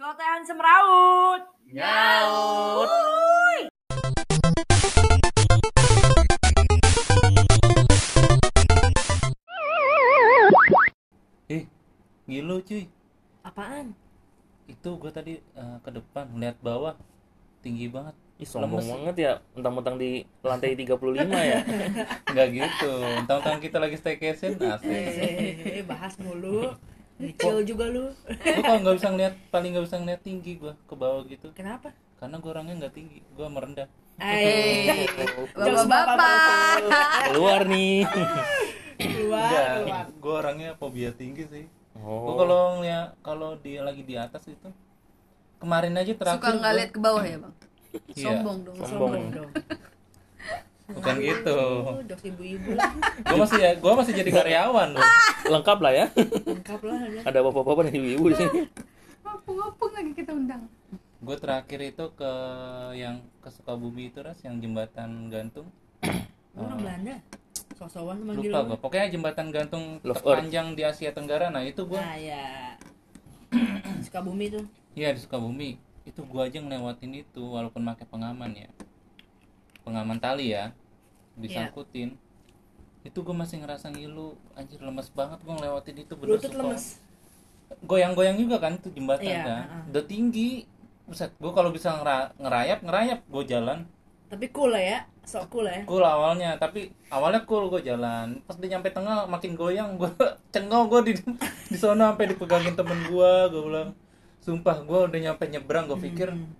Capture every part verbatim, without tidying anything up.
Celotehan semeraut. Nyaut. Eh, ngilu cuy. Apaan? Itu gue tadi uh, ke depan ngeliat bawah tinggi banget. Ih, sombong Lemes. banget ya, mentang-mentang di lantai tiga puluh lima ya. Nggak gitu. Entang-entang kita lagi staycation asik. Eh, bahas mulu. Kecil juga lu. Gue kalau nggak bisa ngeliat, paling nggak bisa ngeliat tinggi gue ke bawah gitu. Kenapa? Karena gue orangnya nggak tinggi, gue merendah. Eh, Bapak-bapak. Keluar nih. keluar, keluar. Enggak, gue orangnya fobia tinggi sih. Gue Oh. kalau ngeliat, kalau dia lagi di atas itu, kemarin aja terakhir. Suka nggak gua- lihat ke bawah ya bang? Iya. Sombong dong. Sombong. Sombong dong. Bukan gitu. Oh, jokes ibu-ibu Gue masih ya, gue masih jadi karyawan loh. Lengkap lah ya. lengkap lah ya. Ada bapak-bapak dan ibu-ibu di sini. Ngopung-ngopung lagi kita undang. Gue terakhir itu ke yang ke Sukabumi itu ras, yang jembatan gantung. Lu orang Belanda. Sosokan manggil Lupa lu. gue. Pokoknya jembatan gantung Love terpanjang di Asia Tenggara. Nah itu gue, Nah, ya. Sukabumi tuh. iya di Sukabumi. Itu gue aja ngelewatin itu walaupun pakai pengaman ya. Pengaman tali ya, disangkutin. Itu gue masih ngerasa ngilu, anjir lemes banget gue ngelewatin itu bener. Lutut sumpah. lemes. Goyang-goyang juga kan itu jembatan Iya, kan. uh-uh. Udah tinggi. Buset, gue kalau bisa ngera- ngerayap, ngerayap gue jalan. Tapi cool lah ya. Sok cool lah ya. Cool awalnya, tapi awalnya cool gue jalan. Pas dia nyampe tengah makin goyang, gue cengol gue di di sana sampai dipegangin temen gue, gue bilang, sumpah gue udah nyampe nyebrang, gue pikir Hmm.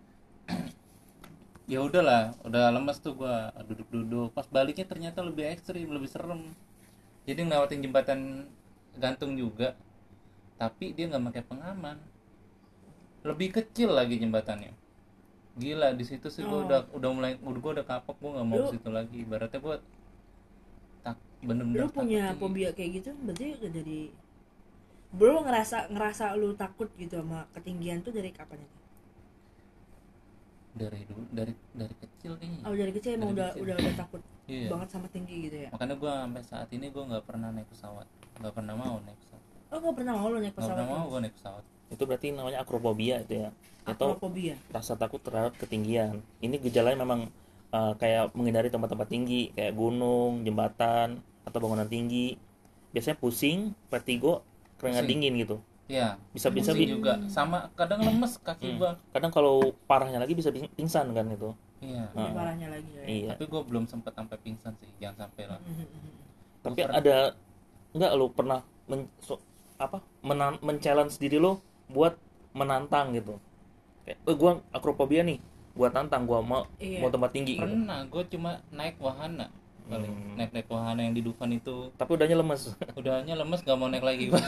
ya udahlah, udah lemes tuh gue duduk-duduk. Pas baliknya ternyata lebih ekstrim, lebih serem. Jadi ngelewatin jembatan gantung juga, tapi dia nggak pakai pengaman. Lebih kecil lagi jembatannya. Gila di situ sih gue Oh. udah udah mulai udah gue udah kapok, gue nggak mau Lu- ke situ lagi. Ibaratnya gue tak bener-bener Lu punya takut tinggi. fobia kayak gitu berarti udah dari Bro ngerasa ngerasa lu takut gitu sama ketinggian tuh dari kapan itu? dari dulu dari dari kecil kayaknya. Oh dari kecil emang Dari udah kecil. udah udah takut Iya. banget sama tinggi gitu ya? Makanya gue sampai saat ini gue nggak pernah naik pesawat, nggak pernah mau naik pesawat, Oh gak pernah mau lu naik nggak pesawat? pernah mau gue naik pesawat. Itu berarti namanya akrofobia itu ya. Atau Acrophobia. rasa takut terhadap ketinggian. Ini gejalanya memang uh, kayak menghindari tempat-tempat tinggi, kayak gunung, jembatan, atau bangunan tinggi. Biasanya pusing, vertigo, keringat Pusing. dingin gitu. Iya. Bisa bisa Pusing bi- juga, sama kadang lemes kaki Hmm. gue. Kadang kalau parahnya lagi bisa ping- pingsan kan itu. Iya. Lebih Ah. parahnya lagi ya. Iya. Tapi gue belum sempet sampai pingsan sih, jangan sampai lah. Mhm. Tapi pernah. ada enggak lu pernah men, so- apa menan, men-challenge diri lo buat menantang gitu. Kayak, "Eh gua akrofobia nih, gua tantang, gua mau Iya. mau tempat tinggi." Gitu. Pernah, gue cuma naik wahana paling Hmm. naik naik wahana yang di Dufan itu. Tapi udahnya lemes. Udahnya lemes, gak mau naik lagi gua.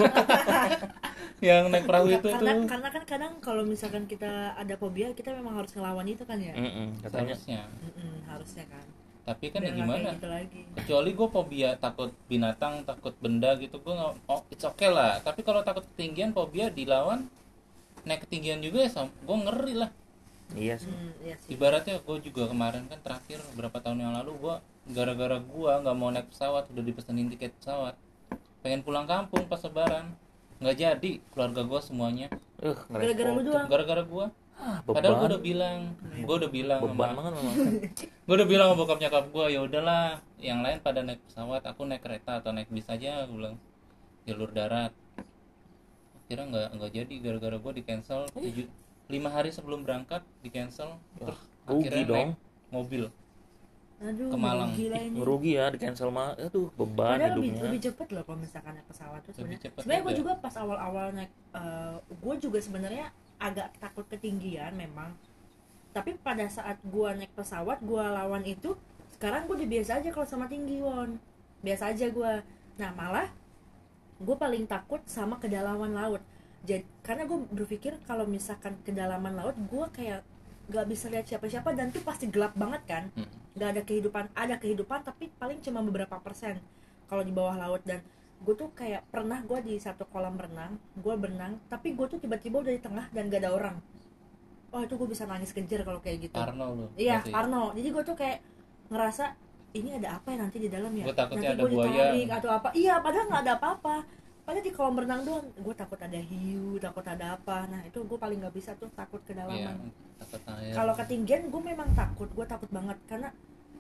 Yang naik perahu itu karena tuh karena kan kadang kalau misalkan kita ada fobia kita memang harus ngelawan itu kan ya. Mm-mm, katanya. seharusnya. Mm-mm, harusnya kan. Tapi kan Biar ya nggak gimana? kayak gitu lagi. Kecuali gue fobia takut binatang, takut benda gitu, gue nggak, oh it's okay lah. Tapi kalau takut ketinggian, fobia dilawan, naik ketinggian juga ya, gue ngeri lah. Iya sih. Hmm, iya sih. Ibaratnya gue juga kemarin kan terakhir beberapa tahun yang lalu, gue gara-gara gue nggak mau naik pesawat, udah dipesenin tiket pesawat, pengen pulang kampung pas lebaran, nggak jadi, keluarga gue semuanya, Eh, Gara-gara lu ngerepotin. doang. gara-gara gue. Ah, Padahal gue beban. udah bilang, gue udah bilang Beban sama, banget memang. gue udah bilang sama bokap nyokap gue, ya udahlah, yang lain pada naik pesawat, aku naik kereta atau naik bis aja, gue bilang jalur darat. Akhirnya nggak nggak jadi, gara-gara gue di cancel tujuh lima hari sebelum berangkat di cancel, terus rugi akhirnya dong. naik mobil. Aduh, ke Malang. gila ini. Ngerugi ya di cancel mah. Aduh, beban Padahal lebih, hidupnya. lebih cepet loh kalau misalkan naik pesawat tuh Lebih sebenarnya. cepet Sebenarnya gue juga. juga pas awal-awal naik, gue juga sebenarnya agak takut ketinggian memang. Tapi pada saat gue naik pesawat, gue lawan itu. Sekarang gue udah biasa aja kalau sama tinggi, Won. Biasa aja gue. Nah malah gue paling takut sama kedalaman laut. Jadi karena gue berpikir kalau misalkan kedalaman laut, gue kayak gak bisa lihat siapa-siapa dan tuh pasti gelap banget kan. Hmm. Gak ada kehidupan, ada kehidupan tapi paling cuma beberapa persen kalau di bawah laut. Dan gue tuh kayak pernah gue di satu kolam renang, gue berenang tapi gue tuh tiba-tiba udah di tengah dan gak ada orang. Oh itu gue bisa nangis kejer kalau kayak gitu. Parno lu. Iya berarti. Parno. Jadi gue tuh kayak ngerasa ini ada apa ya nanti di dalam ya. Gua takutnya Nanti ada gue buaya. ditarik atau apa. Iya padahal nggak ada apa-apa. paling di kolam renang doang gue takut ada hiu, takut ada apa. Nah itu gue paling nggak bisa tuh, takut Iya, kedalaman. takut air. Kalau ketinggian gue memang takut, gue takut banget karena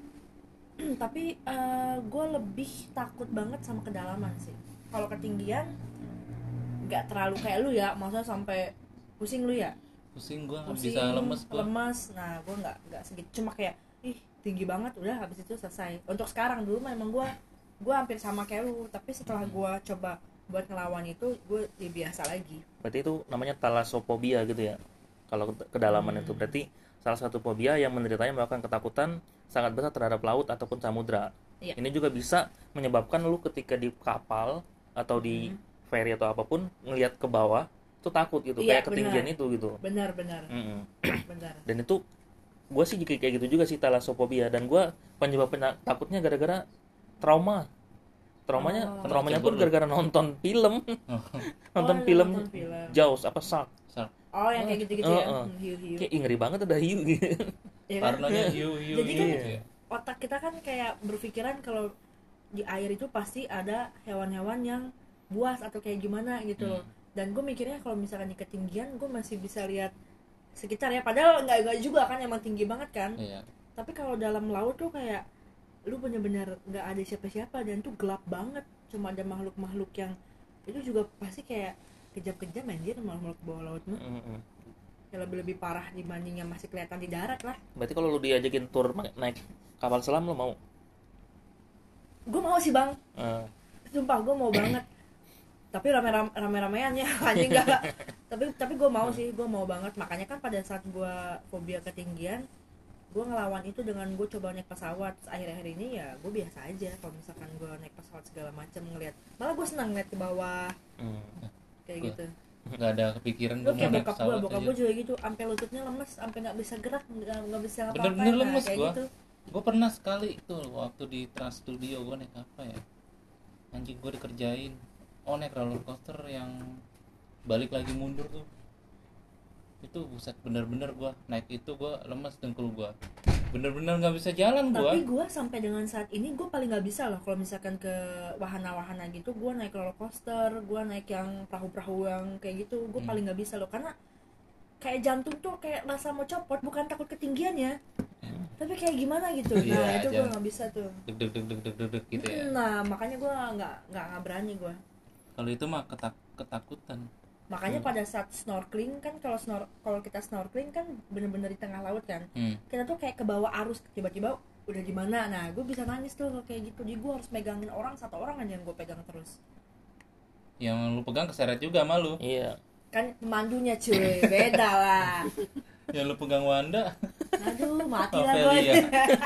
tapi uh, gue lebih takut banget sama kedalaman sih. Kalau ketinggian nggak terlalu kayak lu ya, maksudnya sampai pusing lu ya, pusing gua nggak pusing, bisa lemes gua. lemes. Nah gue nggak nggak segitu, cuma kayak ih tinggi banget, udah habis itu selesai. Untuk sekarang dulu memang gue gue hampir sama kayak lu, tapi setelah gue coba buat ngelawan itu gue ya biasa lagi. Berarti itu namanya talasophobia gitu ya. Kalau ke- kedalaman Hmm. itu berarti salah satu fobia yang menderitanya melakukan ketakutan sangat besar terhadap laut ataupun samudra. Iya. Ini juga bisa menyebabkan lu ketika di kapal atau di ferry atau apapun ngelihat ke bawah tuh takut gitu, Iya, kayak ketinggian benar. itu gitu. Benar-benar, Mm-mm. benar. Dan itu gue sih kayak kayak gitu juga sih talasophobia, dan gue penyebab pena- takutnya gara-gara trauma. Traumanya Oh. traumanya Cemburu. pun gara-gara nonton film. nonton Oh, film nonton film. Jaws apa Shark. Shark. Oh yang kayak gitu-gitu Uh, ya, uh. Hmm, hiu-hiu. Kayak ih, ngeri banget ada hiu gitu. Ya kan? Parnonya hiu hiu Jadi hiu kan gitu ya. otak kita kan kayak berpikiran kalau di air itu pasti ada hewan-hewan yang buas atau kayak gimana gitu loh. Hmm. Dan gue mikirnya kalau misalkan di ketinggian gue masih bisa lihat sekitar ya, padahal nggak nggak juga kan, emang tinggi banget kan. Iya. Tapi kalau dalam laut tuh kayak lu bener-bener nggak ada siapa-siapa dan tuh gelap banget, cuma ada makhluk-makhluk yang itu juga pasti kayak kejam-kejam anjir, makhluk bawah laut mah. Mm-mm. Ya lebih-lebih parah dibanding yang masih kelihatan di darat lah. Berarti kalau lu diajakin tur ma- naik kapal selam lu mau? Gue mau sih bang, Eh, sumpah gue mau banget. Tapi rame-rame rame-ramean ya anjing enggak. tapi tapi gue mau sih, gue mau banget. Makanya kan pada saat gue fobia ketinggian, gue ngelawan itu dengan gue coba naik pesawat. Terus akhir-akhir ini ya gue biasa aja kalau misalkan gue naik pesawat segala macam ngeliat, malah gue senang ngeliat ke bawah hmm. kayak Gua- gitu. Nggak ada kepikiran Gue gua kayak mau naik bokap gue, pesawat bokap aja. gue juga gitu, sampai lututnya lemes, sampai nggak bisa gerak, nggak nggak bisa ngapa-ngapain. Bener-bener Nah, lemes kayak gua. gitu. Gue pernah sekali itu waktu di Trans Studio, gue naik apa ya, anjing gue dikerjain. Oh naik roller coaster yang balik lagi mundur tuh, itu buset, bener-bener gue naik itu gue lemes dengkul gue, bener-bener nggak bisa jalan gue. Tapi gue sampai dengan saat ini gue paling nggak bisa loh kalau misalkan ke wahana-wahana gitu. Gue naik roller coaster, gue naik yang perahu-perahu yang kayak gitu, gue Hmm. paling nggak bisa loh, karena kayak jantung tuh kayak rasa mau copot, bukan takut ketinggian ya, tapi kayak gimana gitu. Iya, Nah itu gue jangan- nggak bisa tuh. deg deg deg deg deg deg deg gitu ya. Nah makanya gue nggak nggak nggak berani gue. Kalau itu mah ketak- ketakutan. Makanya Hmm. pada saat snorkeling kan, kalau snor kalau kita snorkeling kan bener-bener di tengah laut kan, Hmm. kita tuh kayak ke bawah arus, tiba-tiba udah di mana. Nah gue bisa nangis tuh kalau kayak gitu. Jadi gue harus megangin orang, satu orang aja yang gue pegang terus. Yang lu pegang keseret juga sama lu. Iya. Kan pemandunya cuy, beda lah. Yang lu pegang Wanda. Aduh mati Oh, lah gue. Velia.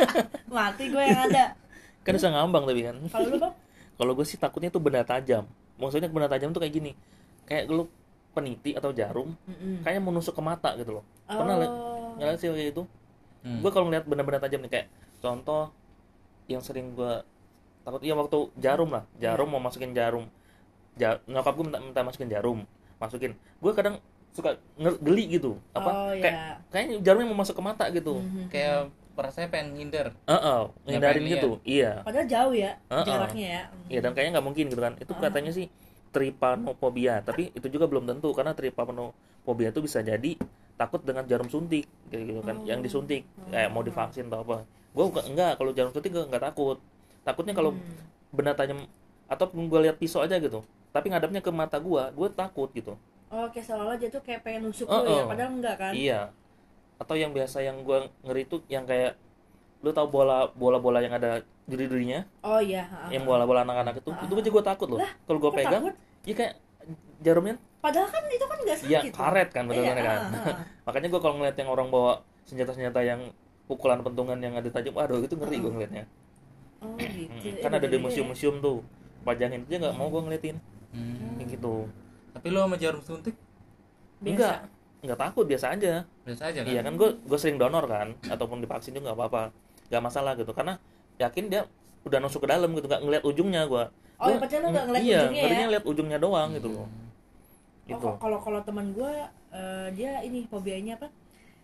Mati gue yang ada. Kan bisa ngambang tapi kan. Kalau lu bang? Kalau gue sih takutnya tuh benda tajam. Maksudnya benda tajam tuh kayak gini. Kayak lu peniti atau jarum, Mm-mm. kayaknya menusuk ke mata gitu loh. Pernah lihat? Oh. Nggak lihat sih kayak itu? Hmm. Gue kalau ngeliat benda-benda tajam nih, kayak contoh yang sering gue takut, ya waktu jarum lah, jarum mau masukin jarum, ja, nyokap gue minta, minta masukin jarum, masukin, gue kadang suka nge- geli gitu, apa Oh, kayak ya. kayaknya jarumnya mau masuk ke mata gitu. Mhm. Kayak rasanya pengen ngindar. Heeh, ngindarin pengen gitu. Iya. Padahal jauh ya Uh-uh. jaraknya ya. Iya, dan kayaknya nggak mungkin gitu kan. Itu Ah. katanya sih trypanophobia, tapi itu juga belum tentu, karena trypanophobia itu bisa jadi takut dengan jarum suntik kayak gitu kan, Oh. yang disuntik kayak mau divaksin atau apa. Gue enggak, kalau jarum suntik gue nggak takut. Takutnya kalau Hmm. benda tajam atau gue lihat pisau aja gitu, tapi ngadapnya ke mata gue, gue takut gitu. Oh, kayak seolah-olah dia tuh kayak pengen nusuk Oh, lu ya, oh. padahal enggak kan? Iya. Atau yang biasa yang gue ngeri itu yang kayak, lu tahu bola bola bola yang ada duri-durinya, Oh iya. ha, ha. yang bola-bola anak-anak itu, Ah. itu aja gue takut loh. Lah, Kalau gue kok pegang, takut? ya kayak jarumnya, Padahal kan itu kan nggak sakit. ya tuh. karet kan betul Iya, kan. ha, ha. Makanya gue kalau ngeliat yang orang bawa senjata-senjata yang pukulan pentungan yang ada tajam, aduh itu ngeri gue ngeliatnya. Oh gitu. Mm, kan Eh, ada di beda-beda ya. museum-museum tuh, pajangin aja nggak mau gue ngeliatin Hmm. kayak gitu. Tapi lu sama jarum suntik Biasa. Enggak, nggak takut, biasa aja. biasa aja kan? Iya kan, gue gue sering donor kan, ataupun divaksin juga nggak apa-apa, nggak masalah gitu, karena yakin dia udah nusuk ke dalam gitu, nggak ngeliat ujungnya gue. Oh, yang percaya lu nggak ngeliat iya, ujungnya ngerinya ya? ngeliat ujungnya doang gitu loh. Oh, Gitu. kok- kalau kalau teman gue dia ini fobianya apa?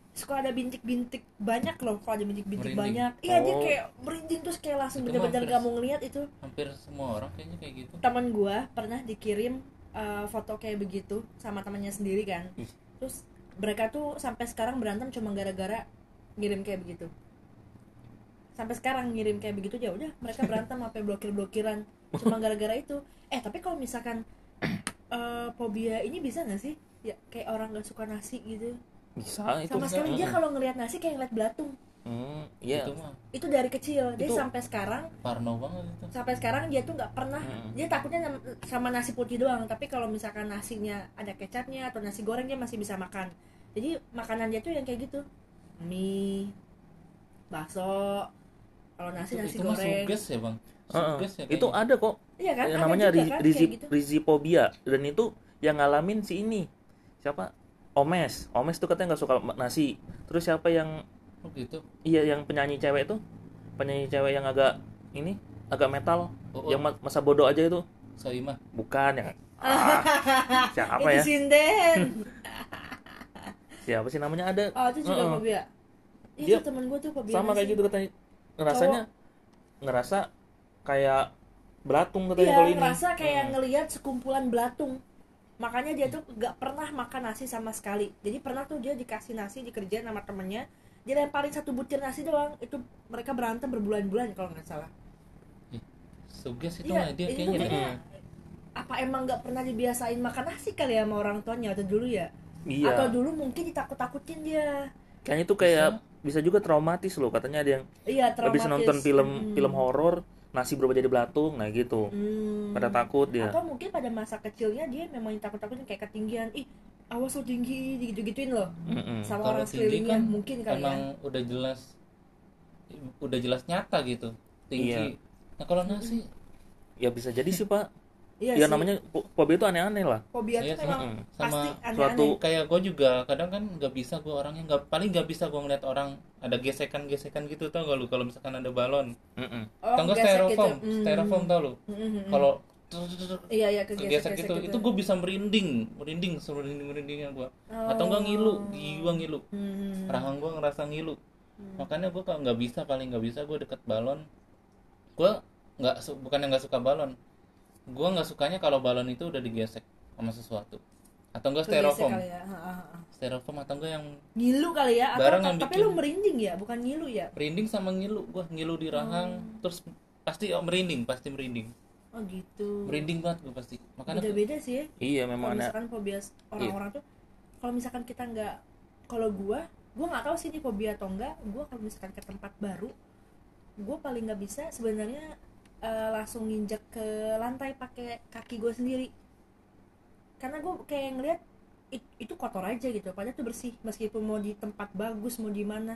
suka ada bintik-bintik banyak loh, kalau ada bintik-bintik Merinding. banyak. Iya dia Oh. kayak merinding terus kayak langsung Itu mah bener-bener hampir- gak mau ngeliat itu. Hampir semua orang kayaknya kayak gitu. Teman gua pernah dikirim uh, foto kayak begitu sama temannya sendiri kan. Ih. Terus mereka tuh sampai sekarang berantem cuma gara-gara ngirim kayak begitu. Sampai sekarang ngirim kayak begitu ya udah mereka berantem sampai blokir-blokiran cuma gara-gara itu. Eh tapi kalau misalkan uh, fobia ini bisa nggak sih? Ya kayak orang nggak suka nasi gitu. Bisa itu. Sama sekali dia Mm-mm. kalau ngelihat nasi kayak ngeliat belatung. Hmm, iya. Itu mah Itu dari kecil. Dia Itu- sampai sekarang parno banget itu. sampai sekarang dia tuh nggak pernah, Mm-mm. dia takutnya nam- sama nasi putih doang, tapi kalau misalkan nasinya ada kecapnya atau nasi goreng dia masih bisa makan. Jadi makanan dia tuh yang kayak gitu, mie, bakso, kalau nasi Itu, nasi itu mah goreng. suges ya bang. Heeh. Suges ya Itu kayaknya. ada kok. Iya kan? Yang Ada namanya juga ri- kan rizi, kayak gitu. rizifobia, dan itu yang ngalamin si ini siapa, Omes Omes tuh katanya nggak suka ma- nasi. Terus siapa yang Oh gitu. iya yang penyanyi cewek tuh, penyanyi cewek yang agak ini agak metal, Oh, oh. yang ma- masa bodoh aja itu, Soimah. bukan yang ah, siapa Itu ya, sinden. siapa sih namanya, ada. Oh itu juga Heeh. fobia. Dia Itu temen gue tuh fobia Sama nasi. kayak gitu katanya, ngerasanya ngerasa kayak belatung katanya Iya, kalau ini. ngerasa kayak Hmm. ngelihat sekumpulan belatung. Makanya dia tuh gak pernah makan nasi sama sekali. Jadi pernah tuh dia dikasih nasi, dikerjain sama temennya, dia lemparin satu butir nasi doang. Itu mereka berantem berbulan-bulan kalau nggak salah. Suges itu Iya, mah dia itu kayaknya. tuh kayaknya Mm. apa emang nggak pernah dibiasain makan nasi kali ya sama orang tuanya atau dulu ya? Iya. Atau dulu mungkin ditakut-takutin dia. Kayaknya itu kayak bisa juga traumatis loh, katanya ada yang Iya, habis traumatis. nonton film Hmm. film horor, nasi berubah jadi belatung, nah gitu. Hmm. Pada takut dia. Atau mungkin pada masa kecilnya dia memang takut-takutin kayak ketinggian. Ih, awas lo tinggi, gitu-gituin loh. Mm-mm. Sama Kalau orang tinggi sekelilingnya kan mungkin kali emang ya. udah jelas, udah jelas nyata gitu tinggi. Iya. Nah kalau nasi, Ya bisa jadi sih Pak. Iya Ya sih. namanya po- fobia itu aneh-aneh lah. Fobia Iya tuh sih. memang Mm-mm. Sama pasti suatu aneh-aneh. kayak gue juga kadang kan nggak bisa, gue orangnya nggak, paling nggak bisa gue ngeliat orang ada gesekan-gesekan gitu, tau gak lu, kalau misalkan ada balon, Mm-mm. Oh, tau nggak gesek styrofoam, gitu. Hmm. styrofoam tau lu, Hmm, hmm, hmm. kalau Iya iya kegesek kegesek gitu, itu gue bisa merinding, merinding, merinding merindingnya gue, atau enggak ngilu, gigi gue ngilu, Hmm. rahang gue ngerasa ngilu, makanya gue kalau nggak bisa, paling nggak bisa gue deket balon, gue nggak su- bukan yang nggak suka balon, gue nggak sukanya kalau balon itu udah digesek sama sesuatu, atau enggak Kegesek styrofoam, kali ya. Ha, ha, ha. styrofoam atau enggak yang Ngilu kali ya atau Barang yang tapi bikin- lu merinding ya, bukan ngilu ya? merinding sama ngilu, gue ngilu di rahang, terus pasti oh, merinding, pasti merinding, Oh gitu. merinding banget gue pasti, makanya Beda-beda sih ya. Iya Kalau memang ada. misalkan fobia orang-orang tuh, kalau misalkan kita nggak, kalau gua, gua nggak tahu sih ini fobia atau enggak. Gua kalau misalkan ke tempat baru, gua paling nggak bisa sebenarnya eh, langsung nginjek ke lantai pakai kaki gua sendiri. Karena gua kayak ngeliat it- itu kotor aja gitu. Padahal tuh bersih, meskipun mau di tempat bagus, mau di mana.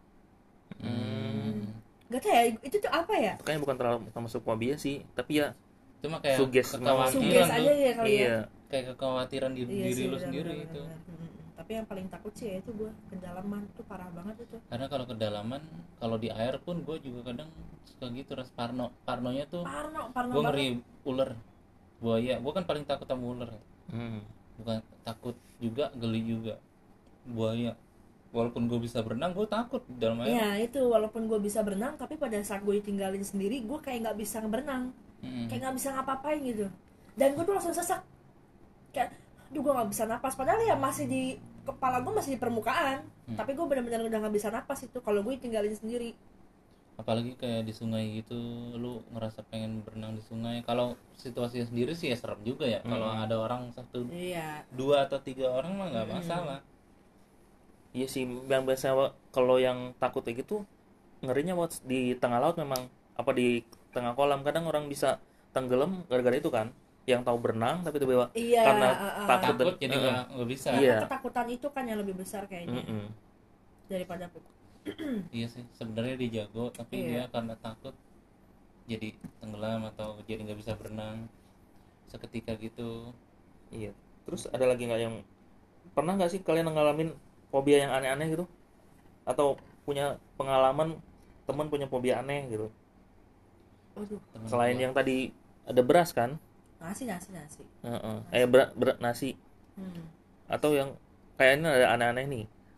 Hmm. Gak tau ya, itu tuh apa ya? Kayaknya bukan terlalu termasuk fobia sih, tapi ya cuma kayak Suges, kekhawatiran Suges tuh, aja ya kali ya. iya. kayak kekhawatiran di Iya diri sih, lu benar, sendiri benar, itu. benar. Mm, mm. Tapi yang paling takut sih ya itu gua kedalaman tuh parah banget itu. Karena kalau kedalaman, kalau di air pun gue juga kadang suka gitu, ras parno, parnonya tuh Parno, parno gue banget. ngeri ular, buaya. Gue kan paling takut sama ular, Hmm. bukan takut juga, geli juga buaya. Walaupun gue bisa berenang, gue takut di dalam air. Iya itu, walaupun gue bisa berenang, tapi pada saat gue ditinggalin sendiri, gue kayak nggak bisa berenang, Mm-mm. kayak nggak bisa ngapa-ngapain gitu. Dan gue tuh langsung sesak, kayak, aduh gue nggak bisa napas. Padahal ya masih di kepala gue masih di permukaan, Hmm. tapi gue benar-benar udah nggak bisa napas itu kalau gue ditinggalin sendiri. Apalagi kayak di sungai gitu, lu ngerasa pengen berenang di sungai. Kalau situasinya sendiri sih ya serem juga ya. Kalau Mm. ada orang satu, Iya. dua atau tiga orang mah nggak Mm. masalah. Iya sih, yang biasa kalau yang takut kayak gitu ngerinya buat di tengah laut memang, apa di tengah kolam, kadang orang bisa tenggelam gara-gara itu kan, yang tahu berenang tapi tiba-tiba Iya. karena uh, uh, takut, Takut jadi uh, nggak nggak bisa. Karena Iya. ketakutan itu kan yang lebih besar kayaknya mm-mm. daripada Iya sih, sebenarnya dia jago, tapi Iya. dia karena takut jadi tenggelam atau jadi nggak bisa berenang seketika gitu. Iya. Terus ada lagi nggak yang pernah nggak sih kalian ngalamin fobia yang aneh-aneh gitu? Atau punya pengalaman teman punya fobia aneh gitu? Aduh, Temen Selain gua. yang tadi ada beras kan? nasi nasi nasi. Heeh. Eh berat berat nasi. Hmm. Atau yang kayak ini ada aneh-aneh nih.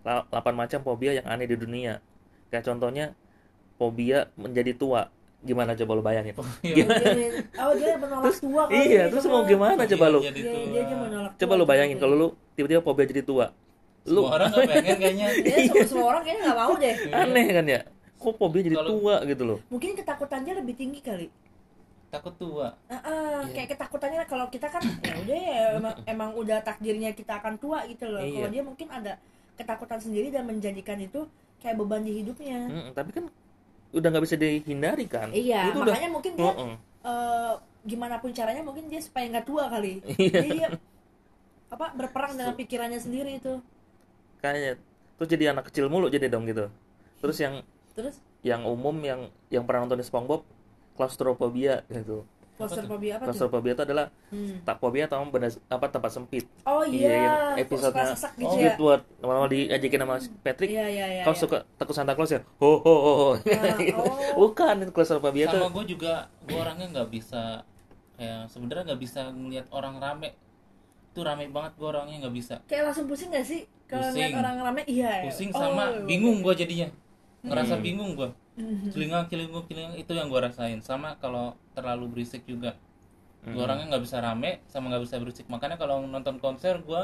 la- delapan macam fobia yang aneh di dunia. Kayak contohnya fobia menjadi tua. Gimana coba lu bayangin? Iya. Oh, dia, oh, dia menolak tua kali. Iya, gitu terus kan. mau gimana coba lu? Jadi Dia, tua. dia, dia menolak Coba tua lu bayangin gitu. kalau lu tiba-tiba fobia jadi tua. Lu Semua orang nggak pengen kayaknya. Ya, semua, semua orang kayaknya nggak mau deh. aneh kan ya? Kok fobia jadi Kalau- tua gitu loh? Mungkin ketakutannya lebih tinggi kali. Takut tua. Ah, ah, Iya. kayak ketakutannya kalau kita kan ya udah ya emang, emang udah takdirnya kita akan tua gitu loh. Iya. Kalau dia mungkin ada ketakutan sendiri dan menjadikan itu kayak beban di hidupnya. Mm, tapi kan udah nggak bisa dihindari kan? Iya, Itu udah- makanya mungkin dia Mm-mm. eh, gimana pun caranya mungkin dia supaya nggak tua kali. Iya. Jadi dia apa berperang dengan pikirannya sendiri itu. Kayaknya terus jadi anak kecil mulu jadi dong gitu. Terus yang Terus yang umum yang yang pernah nonton di SpongeBob klaustrofobia gitu. klaustrofobia apa tuh? Klaustrofobia itu adalah Hmm. tak fobia atau benda apa tempat sempit. Oh Iya, iya, yang kok episode-nya suka sesak gitu Oh, ya. Squidward lama-lama diajakin sama Patrick. Iya iya iya. Kau iya. suka takut Santa Claus ya? Ho ho ho. ho. Gitu. oh. Bukan, itu klaustrofobia tuh. Sama gue juga, gue orangnya nggak bisa kayak sebenarnya nggak bisa ngelihat orang rame. Itu rame banget gue orangnya nggak bisa. Kayak langsung pusing gak sih kalau Pusing. ngeliat orang rame? Iya. ya. Pusing Oh, sama iya. bingung gue jadinya. Ngerasa Hmm. bingung gue. Mhm. Celingak, celinguk, celingak itu yang gue rasain. Sama kalau terlalu berisik juga. Gue Hmm. orangnya nggak bisa rame sama nggak bisa berisik. Makanya kalau nonton konser gue,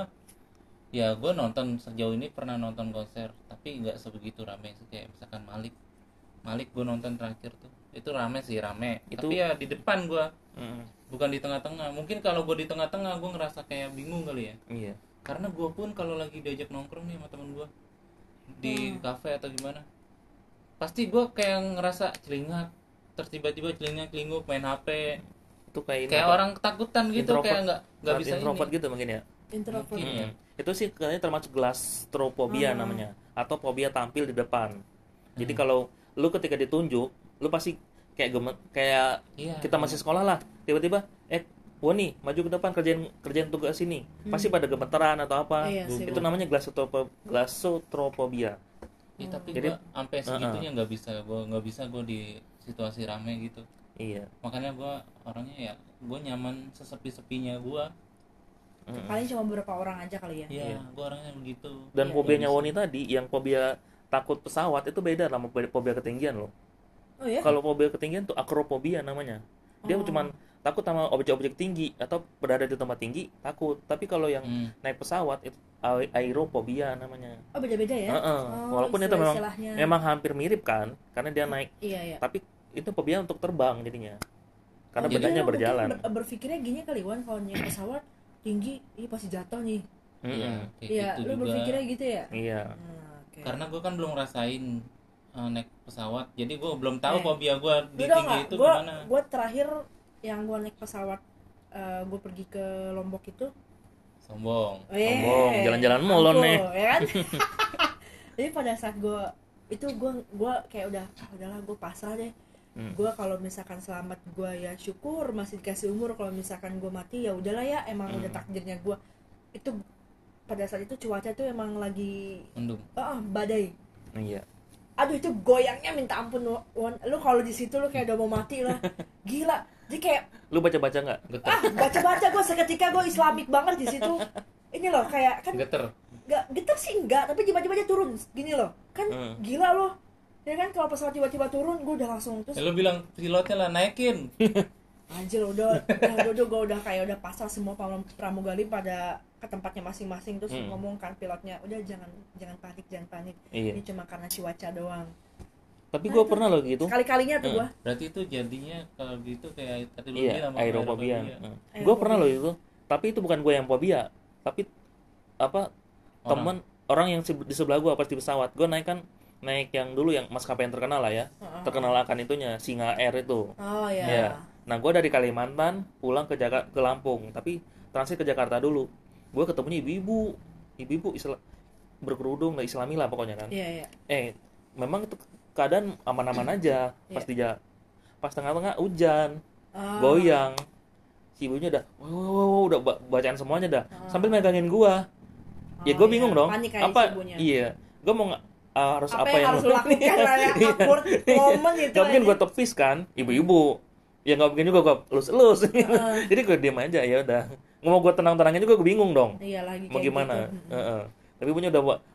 ya gue nonton sejauh ini pernah nonton konser, tapi nggak sebegitu rame sih. Kayak misalkan Malik, Malik gue nonton terakhir tuh, itu rame sih rame. Itu- Tapi ya di depan gue, Mm, bukan di tengah-tengah. Mungkin kalau gue di tengah-tengah gue ngerasa kayak bingung kali ya. iya. Karena gue pun kalau lagi diajak nongkrong nih sama temen gue di kafe atau gimana, pasti gue kayak ngerasa celingak, terus tiba-tiba celingak celinguk main H P, Itu kayak ini kayak apa? orang ketakutan gitu, Introvert. kayak nggak nggak Sangat bisa introvert ini. gitu mungkin ya. Introvert. Mungkin. Mm. Itu sih katanya termasuk glastropobia Hmm. namanya atau fobia tampil di depan. Hmm. Jadi kalau lu ketika ditunjuk, lu pasti kayak gemet kayak Iya. kita masih sekolah lah, tiba-tiba eh wah nih maju ke depan kerjain kerjain tugas ini. Pasti pada gemeteran atau apa. Iya sih, Itu Bang. namanya glasotropo- glasotropobia. Iya, tapi Jadi- gue sampai segitunya nggak bisa, gue nggak bisa gue di situasi rame gitu. Iya. Makanya gue orangnya ya gue nyaman sesepi-sepinya gue. Mm. Paling cuma beberapa orang aja kali ya. Iya, Iya. gue orangnya begitu. Dan Iya, fobianya iya, Woni tadi yang fobia takut pesawat itu beda sama fobia ketinggian loh. Oh ya? Kalau fobia ketinggian tuh akrofobia namanya. Dia Oh. cuman takut sama objek-objek tinggi atau berada di tempat tinggi takut. Tapi kalau yang Hmm. naik pesawat itu a- aerofobia namanya. Oh beda-beda ya? Heeh. Oh, Walaupun itu memang istilah-istilahnya. memang hampir mirip kan, karena dia naik. Iya iya. Tapi itu fobia untuk terbang jadinya. Karena Oh, jadi bedanya lo mungkin berjalan. ber- berpikirnya gini kali Wan, kalau naik pesawat tinggi, ini pasti jatuh nih. Mm-mm. Iya, kayak Iya, gitu lu juga. berpikirnya gitu ya? Iya. Hmm, oke. Karena gue kan belum ngerasain uh, naik pesawat, jadi gue belum tahu Eh, fobia gue di Lu tau tinggi nggak? itu Gua, gimana. gua terakhir yang gua naik pesawat, uh, gua pergi ke Lombok itu. Sombong. Oh, iya. Sombong, jalan-jalan mulu Ampun, nih. ya kan? Jadi pada saat gua itu gua gua kayak udah ah, udahlah gua pasrah deh. Hmm. Gua kalau misalkan selamat gua ya syukur masih dikasih umur, kalau misalkan gua mati ya udahlah ya, emang Hmm. udah takdirnya gua. Itu pada saat itu cuaca tuh emang lagi Mendung. ah badai. Iya. Aduh itu goyangnya minta ampun Wan. Lu kalau di situ lu kayak udah mau mati lah. Gila. Jadi kayak Lu baca-baca nggak? Geter. ah baca-baca gue seketika gue islamik banget di situ. Ini loh kayak kan Geter. nggak getar sih enggak, tapi tiba-tiba dia turun gini loh. Kan Hmm. gila loh. Ya kan kalau pesawat tiba-tiba turun gue udah langsung terus Ya, lu bilang pilotnya lah naikin. anjir udah udah udah gue udah kayak udah pasrah, semua pram- pramugari pada ke tempatnya masing-masing, terus Hmm. ngomong kan pilotnya udah jangan jangan panik jangan panik. Iya. Ini cuma karena cuaca doang. Tapi gue pernah loh gitu. Sekali-kalinya tuh Hmm. gua. Berarti itu jadinya kalau gitu kayak tadi lu Iya, bilang apa, aerofobia. aerofobia. Hmm. Gue pernah loh itu. Tapi itu bukan gue yang fobia. Tapi apa Orang. temen orang yang se- di sebelah gue pas di pesawat. Gue naik kan naik yang dulu yang maskapai yang terkenal lah ya. Heeh. Terkenal akan itunya Singa Air itu. Oh ya. Iya. Nah gue dari Kalimantan pulang ke Jakarta ke Lampung. Tapi transit ke Jakarta dulu. Gue ketemunya ibu-ibu. Ibu-ibu Islam berkerudung lah, Islami lah pokoknya kan. Iya iya. Eh memang itu keadaan aman-aman aja pas di ja- pas tengah-tengah hujan. Ah. Goyang, si ibunya udah wow, wow, wow, udah ba- bacaan semuanya dah sambil megangin gua. Ya Oh, gue bingung iya. dong Panik kali apa si ibunya. iya gue mau nggak ah, harus Apa, apa, yang harus lu lakukan lah ya, Iya. awkward moment gitu. Gak mungkin aja. gue tepis kan ibu-ibu, ya nggak mungkin juga gue elus-elus. Jadi gue diam aja, ya udah mau gue tenang-tenangin juga gue bingung dong Iya lagi mau kayak gimana. gitu. Heeh. Tapi ibunya udah ba-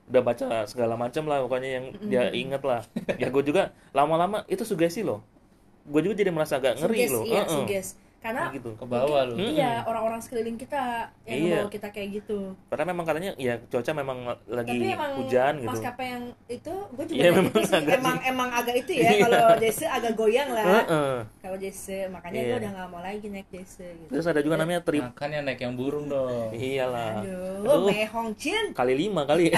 udah baca segala macam lah pokoknya yang dia inget lah. Ya gue juga lama-lama itu sugesti loh. Gue juga jadi merasa agak ngeri Suges, loh. iya, Heeh. suges. Karena Kayak gitu. Ke bawah lu. Mm-mm. iya, orang-orang sekeliling kita yang Iya. membawa kita kayak gitu. Padahal memang katanya ya cuaca memang lagi Tapi emang hujan gitu. maskapai yang itu gue juga Iya, naik memang itu sih. agak Emang sih. emang agak itu ya. Iya. Kalau Jesse agak goyang lah. Heeh. Kalau Jesse makanya Iya. gue udah nggak mau lagi naik Jesse gitu. Terus ada juga namanya trip. Makanya naik yang burung dong. Iyalah. Aduh, Mei Hong Chin. Kali lima kali.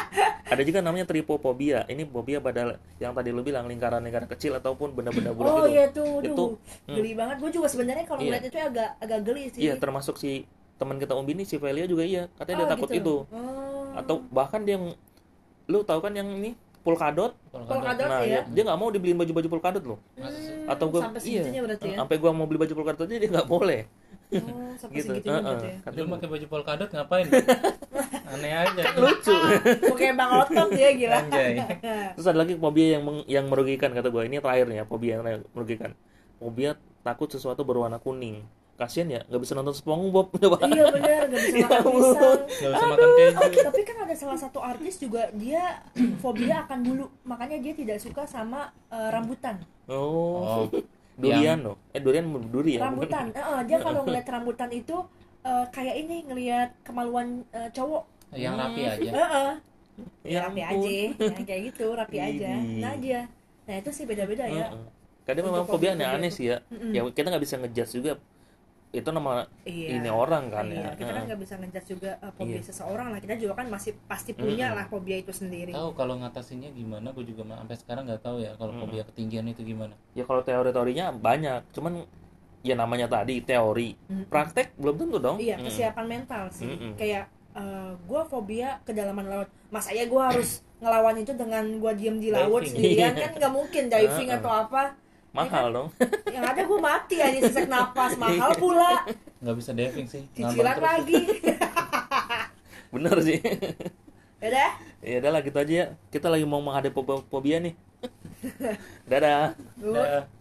Ada juga namanya tripofobia. Ini fobia pada yang tadi lu bilang lingkaran-lingkaran kecil ataupun benda-benda bulat Oh itu. iya tuh, Itu, duh, hmm. geli banget. Gue juga sebenarnya kalau Iya. ngeliat itu agak agak geli sih. Iya, termasuk si teman kita Umbi nih, si Velia juga iya. Katanya dia Oh, takut gitu. itu. Oh. Atau bahkan dia yang lu tahu kan yang ini polkadot. Polkadot Nah, ya. ya, dia nggak mau dibeliin baju-baju polkadot loh. Masa sih? Hmm, Atau gua sampai iya. segitunya berarti ya. Sampai gua mau beli baju polkadot aja dia nggak boleh. Oh, sampai Gitu. segitunya Heeh. berarti ya. Katanya Lu pakai baju polkadot ngapain? Aneh aja. lucu. Oke, Bang Otot ya gila. Anjay. Terus ada lagi fobia yang meng- yang merugikan kata gua. Ini terakhir nih ya, fobia yang merugikan. Fobia takut sesuatu berwarna kuning. Kasian ya, nggak bisa nonton SpongeBob. Iya benar, gak bisa Ya makan ampun. pisang. Gak bisa makan keju. Tapi kan ada salah satu artis juga dia fobia akan bulu, makanya dia tidak suka sama eh, rambutan. Oh. Oh. Durian loh. Eh durian duri ya. Rambutan, eh, eh, dia kalau ngeliat rambutan itu eh, kayak ini ngelihat kemaluan eh, cowok. Yang rapi aja. Eh, eh. Ya rapi ampun. aja, yang kayak gitu, rapi aja. Ini. Nah aja. Nah itu sih beda-beda ya. Heeh. Kadang memang Untuk fobia fobia-fobia aneh-aneh itu. sih ya. Mm-mm. Ya kita nggak bisa ngejudge juga. Itu nama Iya. ini orang kan Iya, ya. kita kan Heeh. nggak bisa ngejudge juga uh, fobia Iya. seseorang lah. Kita juga kan masih pasti punya Mm-mm. lah fobia itu sendiri. Tahu kalau ngatasinnya gimana? Gue juga sampai sekarang nggak tahu ya kalau Hmm. fobia ketinggian itu gimana. Ya kalau teori-teorinya banyak, cuman ya namanya tadi teori. Mm-mm. Praktek belum tentu dong. Iya, Mm-mm. kesiapan mental sih. Mm-mm. Kayak uh, gue fobia kedalaman laut. Masa ya gue harus ngelawan itu dengan gue diem di laut Diving. sendirian kan nggak mungkin diving Uh-uh. atau apa. Mahal dong. Yang ada gue mati aja sesak napas, mahal pula, Nggak bisa diving sih. cicilan Ngambang terus. lagi. Bener sih. Udah, Ya udah lah gitu aja ya. Kita lagi mau menghadapi fobia nih. Dadah. Lu- Dah.